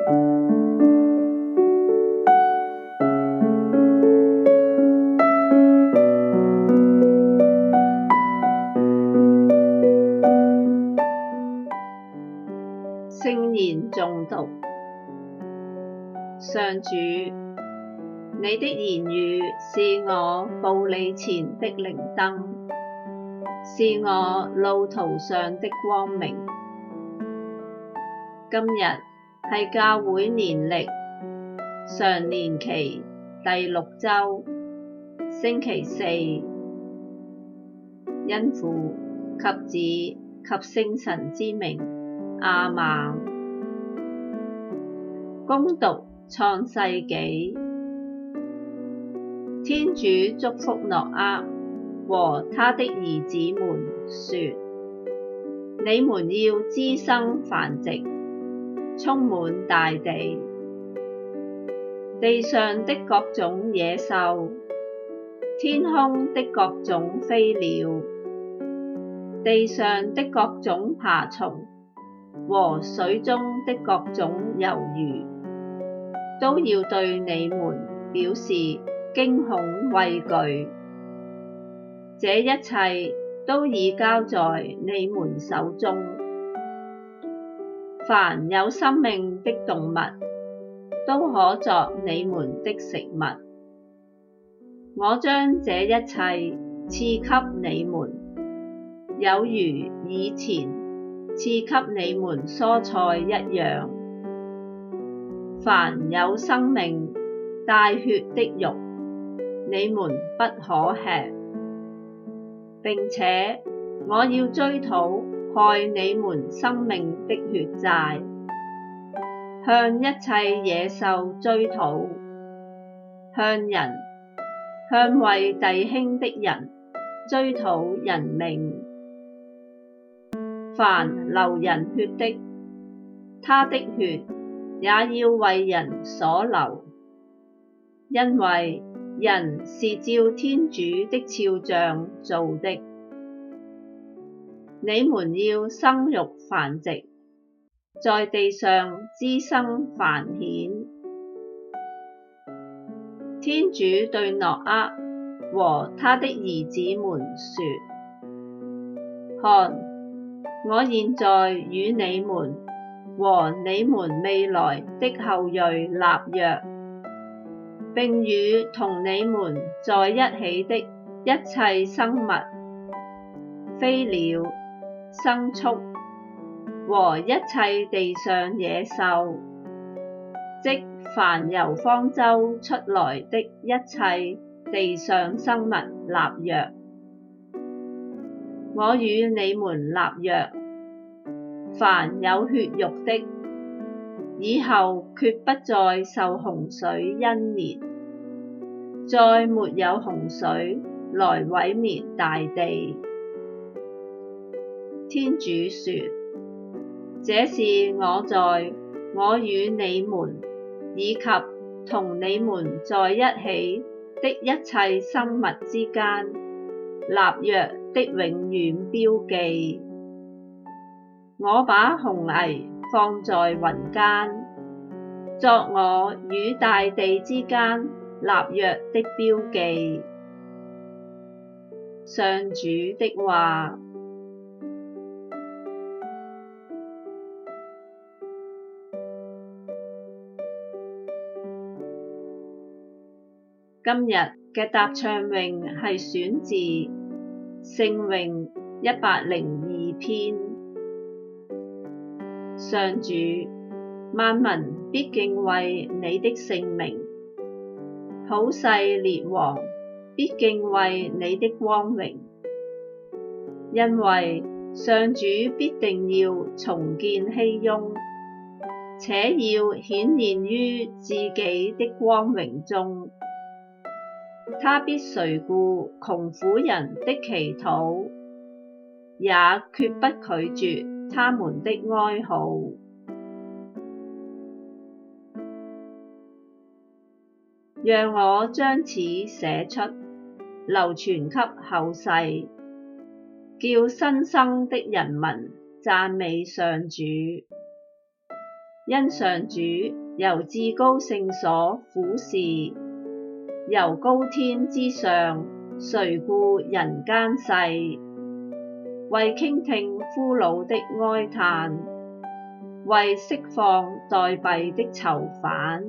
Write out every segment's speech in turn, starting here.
聖言誦讀。上主，你的言語是我步履前的靈燈，是我路途上的光明。今日係教會年曆常年期第6週星期四，因父及子及聖神之名，阿們。恭讀創世紀。天主祝福諾厄和他的兒子們說：你們要滋生繁殖，充滿大地，地上的各種野獸，天空的各種飛鳥，地上的各種爬蟲和水中的各種遊魚，都要對你們表示驚恐畏懼。這一切都已交在你們手中。凡有生命的動物，都可作你們的食物。我將這一切賜給你們，有如以前賜給你們蔬菜一樣。凡有生命帶血的肉，你們不可吃。並且我要追討害你們生命的血債，向一切野獸追討，向人，向為弟兄的人追討人命。凡流人血的，他的血也要為人所流，因為人是照天主的肖像造的。你們要生育繁殖，在地上滋生繁衍。天主對諾厄和他的兒子們說：看，我現在與你們和你們未來的後裔立約，並與同你們在一起的一切生物、飛鳥、牲畜和一切地上野獸，即凡由方舟出來的一切地上生物立約。我與你們立約，凡有血肉的，以後決不再受洪水淹滅，再沒有洪水來毀滅大地。天主說：這是我在我與你們以及同你們在一起的一切生物之間立約的永遠標記。我把紅霓放在雲間，作我與大地之間立約的標記。上主的話。今日嘅答唱詠係選自聖詠102篇。上主，萬民必敬畏你的聖名，普世列王必敬畏你的光榮，因為上主必定要重建熙雍，且要顯現於自己的光榮中。他必垂顧窮苦人的祈禱，也決不拒絕他們的哀號。讓我將此寫出，流傳給後世，叫新生的人民讚美上主。 因上主由至高聖所俯視，由高天之上垂顧人間世，為傾聽俘虜的哀嘆，為釋放待斃的囚犯。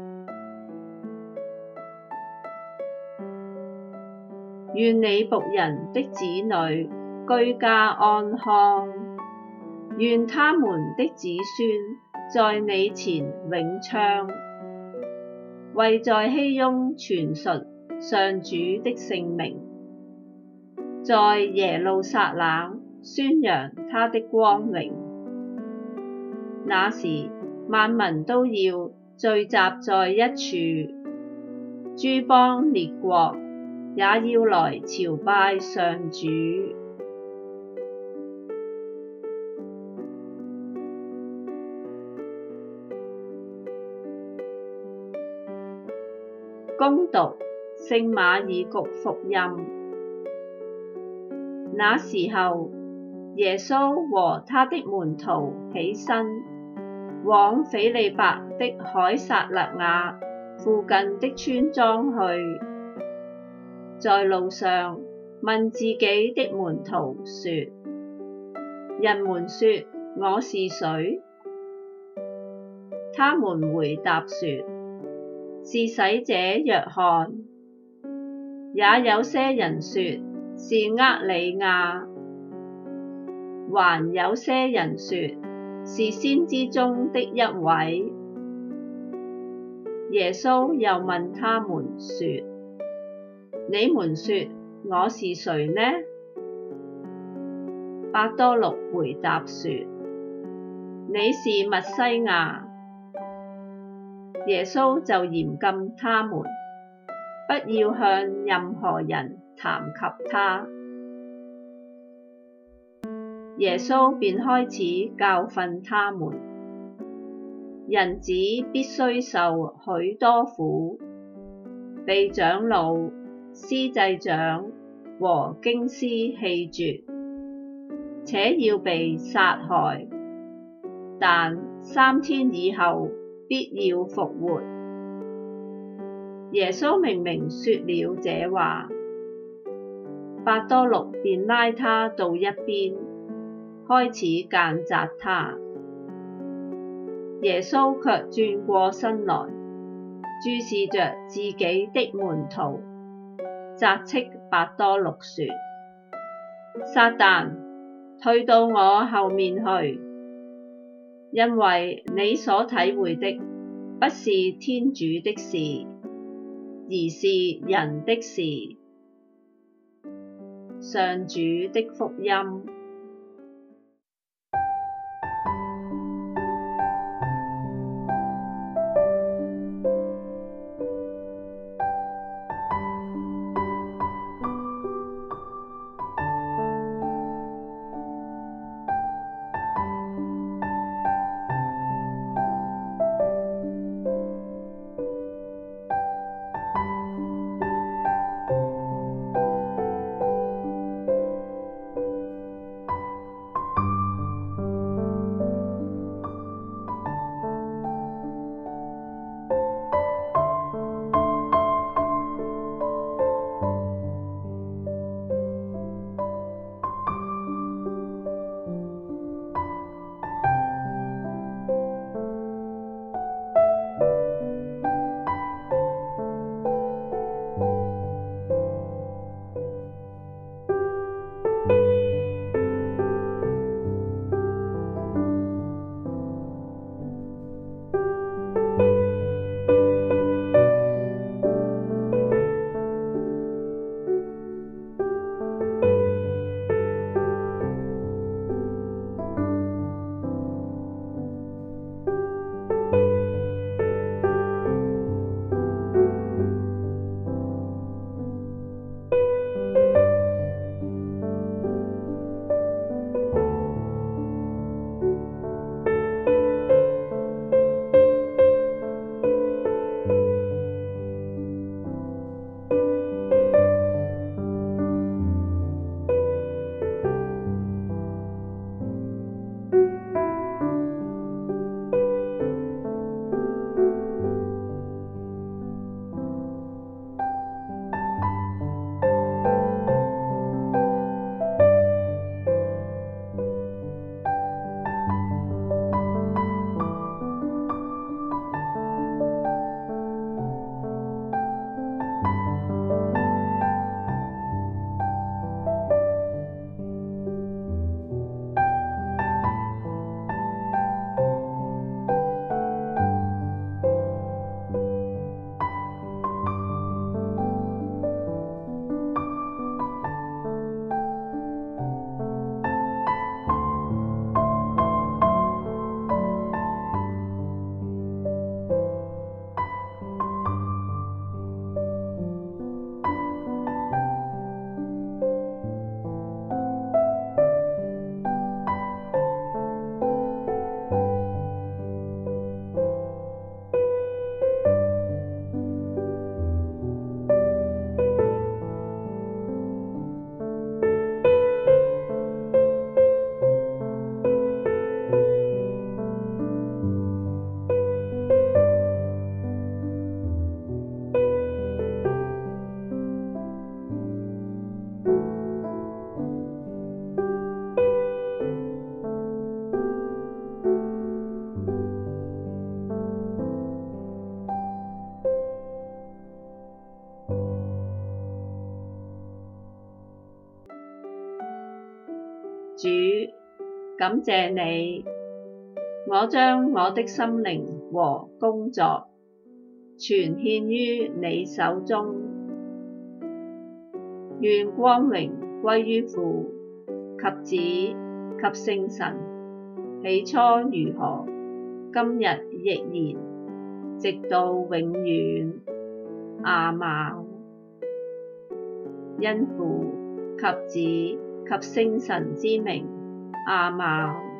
願你僕人的子女居家安康，願他們的子孫在你前永昌，為在熙雍傳述上主的聖名，在耶路撒冷宣揚他的光榮。那時，萬民都要聚集在一處，諸邦列國也要來朝拜上主。恭讀聖馬爾谷福音。那時候，耶穌和他的門徒起身，往斐理伯的凱撒勒雅附近的村莊去。在路上，問自己的門徒說：人們說我是誰？他們回答說：是洗者若翰。也有些人說是厄里亞，還有些人說是先知中的一位。耶穌又問他們說：你們說我是誰呢？伯多祿回答說：你是默西亞。耶穌就嚴禁他們，不要向任何人談及他。耶穌便開始教訓他們：人子必須受許多苦，被長老、司祭長和經師棄絕，且要被殺害，但3天以後必要復活。耶穌明明說了這話，伯多祿便拉他到一邊，開始諫責他。耶穌卻轉過身來，注視着自己的門徒，責斥伯多祿說：撒旦，退到我後面去，因為你所體會的不是天主的事，而是人的事。上主的福音。 感謝你，我將我的心靈和工作全獻於你手中。願光榮歸於父及子及聖神，起初如何，今日亦然，直到永遠。阿們。因父及子及聖神之名。阿們。